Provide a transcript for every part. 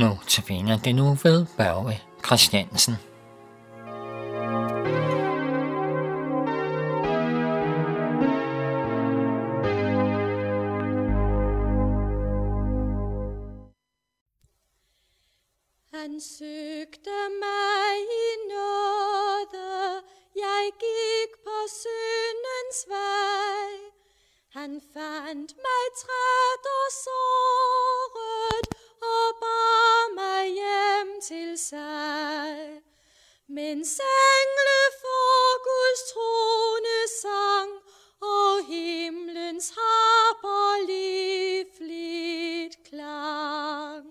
Notabene det nu ved Børge Christiansen. Han søgte mig i nåde, jeg gik på syndens vej. Han fandt mig træt og såret og bar mig hjem til sig. Mens engle for Guds trone sang, og himlens harper livligt klang.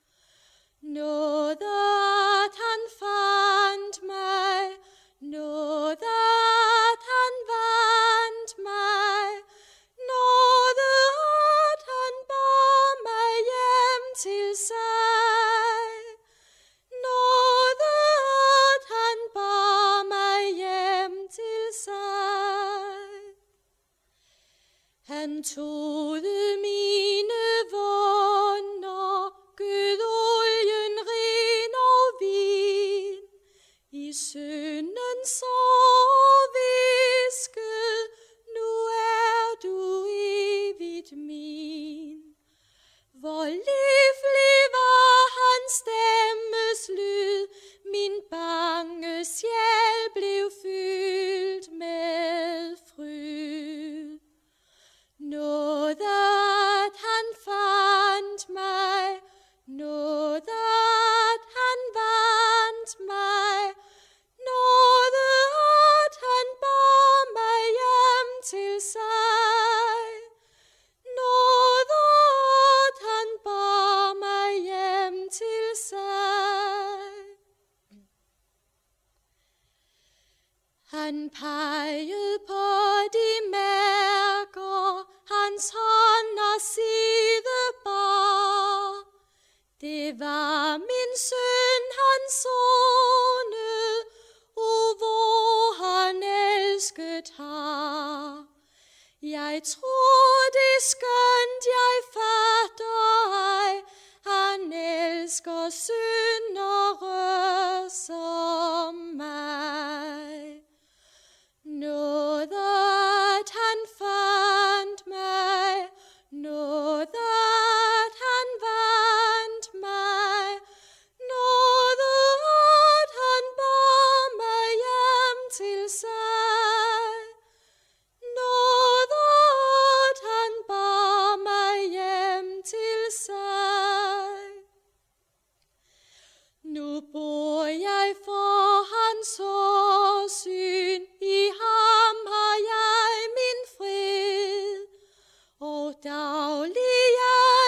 Nåde at han fandt mig, nåde at han vandt mig, nåde at han bar mig hjem til sig, nåde at han bar mig hjem til sig. Han tog mine vunder, gød olien ren og vin, i synden sår visket, nu er du evigt min. Hvor livlig var hans stemmes lyd, min bange sjæl blev fyldt med fryd. Nåde at han fandt mig, nåde at han vandt mig, nåde at han bar mig hjem til sig, nåde at han bar mig hjem til sig. Han pegede på de mærker, hans hånd og side bar. Det var min synd, han sonede, hvor han elsket har. Jeg tror det skønt, jeg fatter ej, han elsker syndere som mig. Nåde at han fandt mig, nåde at han vandt mig, nåde at han bar mig hjem til sig, nåde at han bar mig hjem til sig. Nu bor jeg for hans åsyn, i ham har jeg min fred, og daglig jeg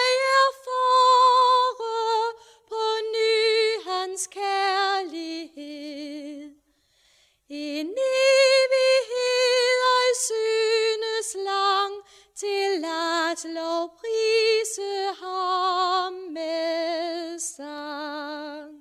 erfare på ny hans kærlighed. En evighed ej synes lang, til at lovprise ham med sang.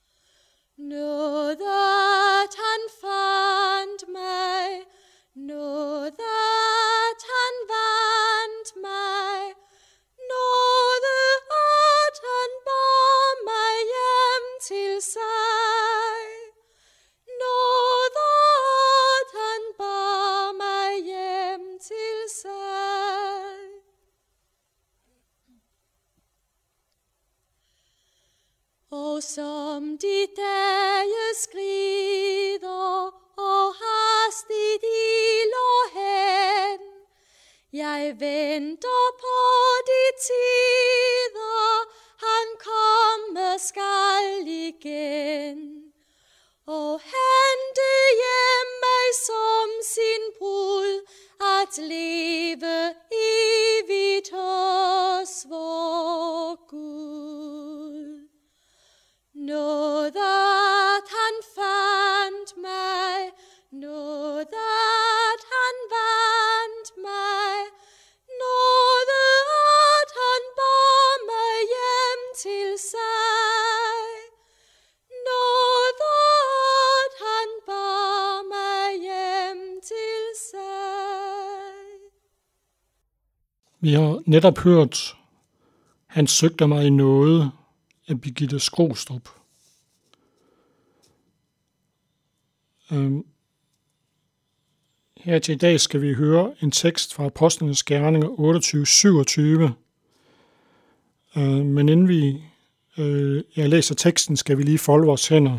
Nåde at han fandt mig, nåde at han vandt mig, nåde at han bar mig hjem til sig, nåde at han bar mig hjem til sig. Og som de dage skrider, og hastigt iler hen, jeg venter på de tider, han komme skal igen, og hente hjem mig som sin brud, at leve evigt hos vor Gud. Nåde at han fandt mig, nåde at han vandt mig, nåde at han bar mig hjem til sig, nåde at han bar mig hjem til sig. Vi har netop hørt, han søgte mig i nåde, af Birgitte Skrostrup. Her til i dag skal vi høre en tekst fra Apostlenes Gerninger 28-27. Men inden jeg læser teksten, skal vi lige folde vores hænder.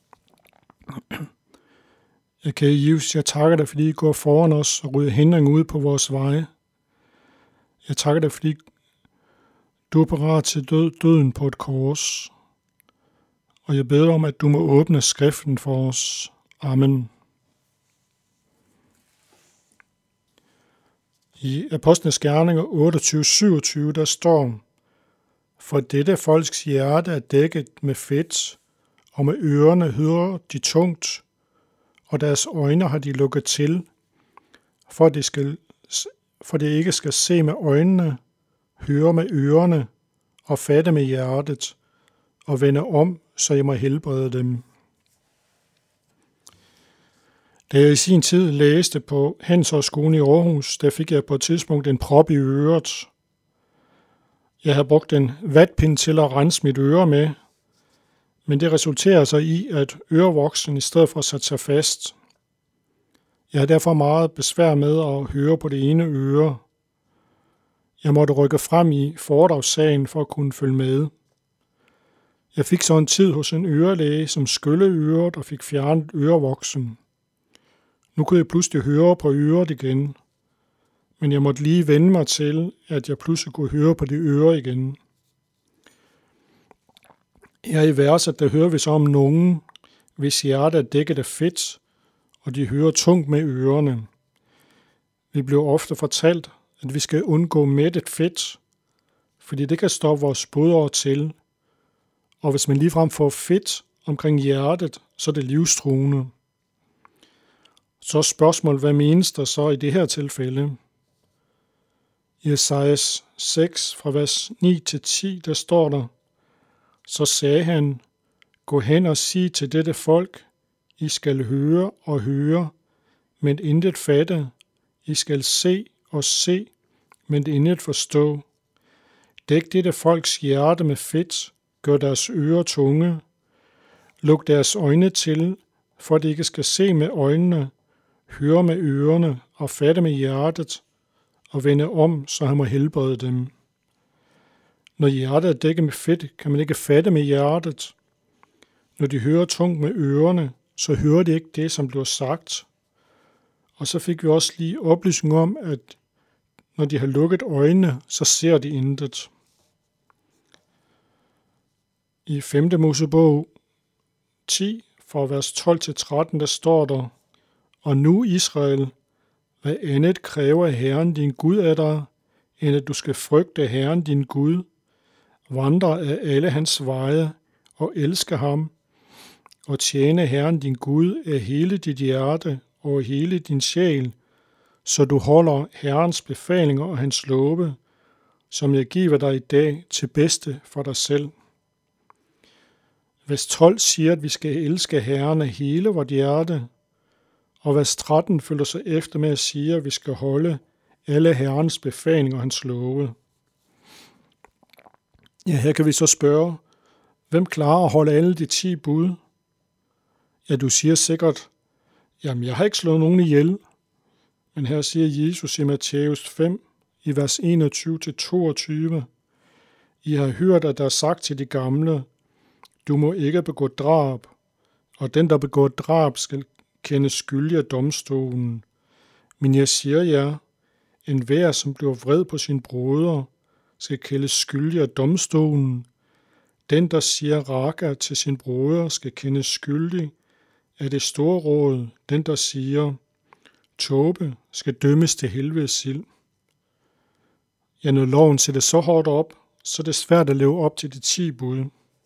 Okay, Jesus, jeg takker dig, fordi I går foran os og rydder hindringer ud på vores veje. Jeg takker dig, fordi du er parat til døden på et kors. Og jeg beder om, at du må åbne skriften for os. Amen. I Apostlenes Gerninger 28-27, der står: For dette folks hjerte er dækket med fedt, og med ørerne hører de tungt, og deres øjne har de lukket til, for det ikke skal se med øjnene, høre med ørerne og fatte med hjertet, og vende om, så jeg må helbrede dem. Da jeg i sin tid læste på Handelshøjskolen i Aarhus, der fik jeg på et tidspunkt en prop i øret. Jeg havde brugt en vatpind til at rense mit øre med, men det resulterer så i, at ørevoksen i stedet for satte sig fast. Jeg havde derfor meget besvær med at høre på det ene øre. Jeg måtte rykke frem i foredragssagen for at kunne følge med. Jeg fik så en tid hos en ørelæge, som skyllede øret og fik fjernet ørevoksen. Nu kunne jeg pludselig høre på øret igen, men jeg måtte lige vende mig til, at jeg pludselig kunne høre på det øre igen. Her i verset, der hører vi så om nogen, hvis hjerte er dækket af fedt, og de hører tungt med ørerne. Vi bliver ofte fortalt, at vi skal undgå mættet fedt, fordi det kan stoppe vores blodår til, og hvis man ligefrem får fedt omkring hjertet, så er det livstruende. Så er spørgsmålet, hvad menes der så i det her tilfælde? I Esajas 6 fra vers 9-10, der står der: Så sagde han, gå hen og sig til dette folk, I skal høre og høre, men intet fatte. I skal se og se, men intet forstå. Dæk dette folks hjerte med fedt, gør deres ører tunge. Luk deres øjne til, for de ikke skal se med øjnene, høre med ørerne og fatte med hjertet, og vende om, så han må helbrede dem. Når hjertet er dækket med fedt, kan man ikke fatte med hjertet. Når de hører tungt med ørerne, så hører de ikke det, som bliver sagt. Og så fik vi også lige oplysning om, at når de har lukket øjnene, så ser de intet. I 5. Mosebog 10, fra vers 12-13, der står der: Og nu, Israel, hvad andet kræver Herren din Gud af dig, end at du skal frygte Herren din Gud, vandre af alle hans veje og elske ham, og tjene Herren din Gud af hele dit hjerte og hele din sjæl, så du holder Herrens befalinger og hans love, som jeg giver dig i dag til bedste for dig selv. Vers 12 siger, at vi skal elske Herren af hele vort hjerte, og vers 13 følger sig efter med at sige, at vi skal holde alle Herrens befalinger og hans love. Ja, her kan vi så spørge, hvem klarer at holde alle de 10 bud? Ja, du siger sikkert, jamen jeg har ikke slået nogen ihjel. Men her siger Jesus i Matthæus 5, i vers 21-22, I har hørt, at der er sagt til de gamle, du må ikke begå drab, og den, der begår drab, skal kendes skyldig af domstolen. Men jeg siger jer, enhver, som bliver vred på sin broder, skal kendes skyldig af domstolen. Den, der siger raka til sin broder, skal kendes skyldig af det store råd. Den, der siger tåbe, skal dømmes til helvedes ild. Ja, når loven sætter så hårdt op, så er det svært at leve op til de 10 bud.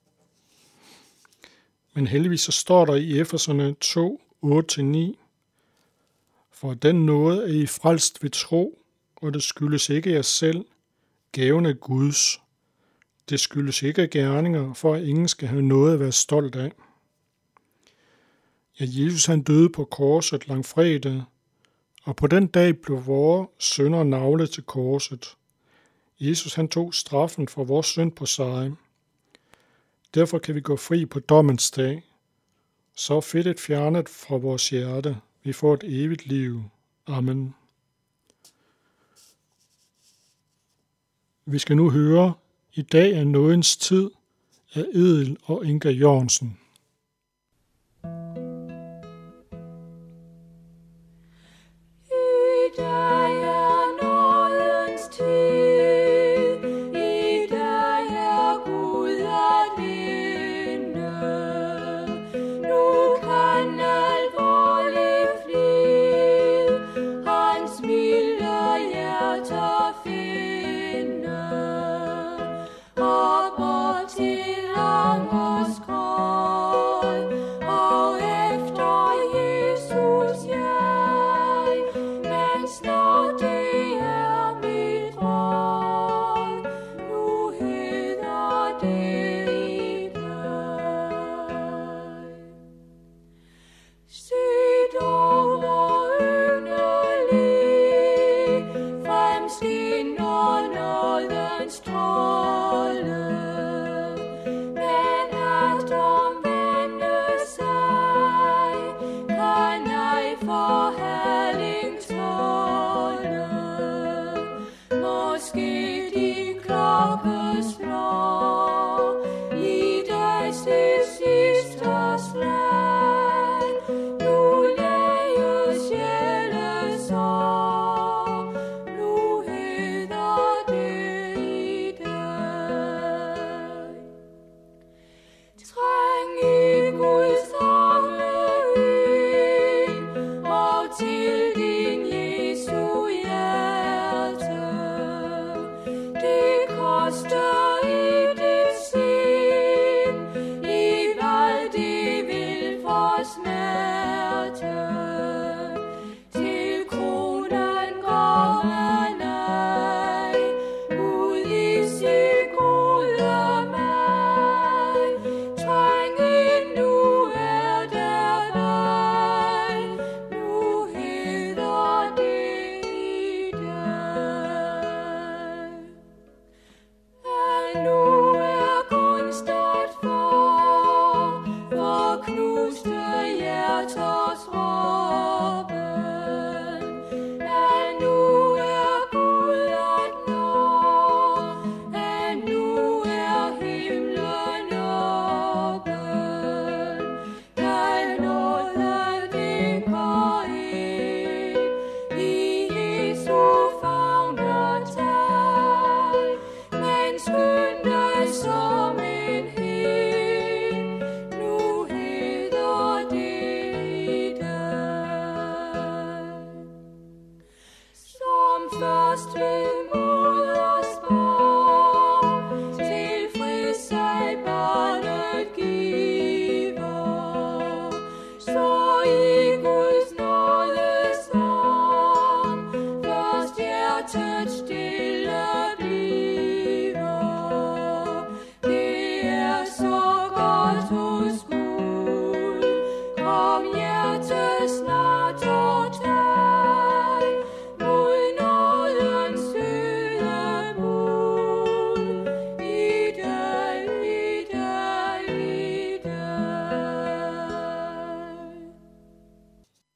Men heldigvis så står der i Efeserne 2, 8-9, for den nåde er I frelst ved tro, og det skyldes ikke jer selv, gaven er Guds. Det skyldes ikke af gerninger, for at ingen skal have noget at være stolt af. Ja, Jesus han døde på korset langfredag, og på den dag blev vores synder naglet til korset. Jesus han tog straffen for vores synd på sig. Derfor kan vi gå fri på dommens dag. Så fedtet fjernet fra vores hjerte. Vi får et evigt liv. Amen. Vi skal nu høre I dag er nådens tid af Edel og Inga Jørgensen. Så i